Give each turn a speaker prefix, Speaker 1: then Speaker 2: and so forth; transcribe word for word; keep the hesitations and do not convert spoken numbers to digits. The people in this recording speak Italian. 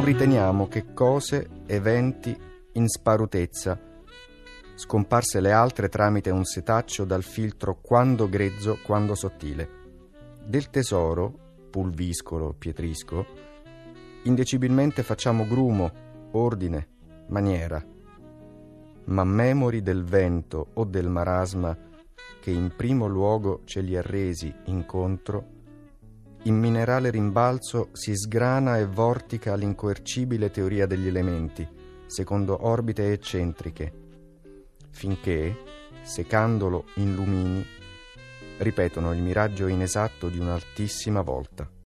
Speaker 1: riteniamo che cose, eventi, in sparutezza, scomparse le altre tramite un setaccio dal filtro quando grezzo, quando sottile. Del tesoro, pulviscolo, pietrisco, indecibilmente facciamo grumo, ordine, maniera, ma memori del vento o del marasma che in primo luogo ce li ha resi incontro, in minerale rimbalzo si sgrana e vortica l'incoercibile teoria degli elementi, secondo orbite eccentriche, finché, secandolo in lumini, ripetono il miraggio inesatto di un'altissima volta.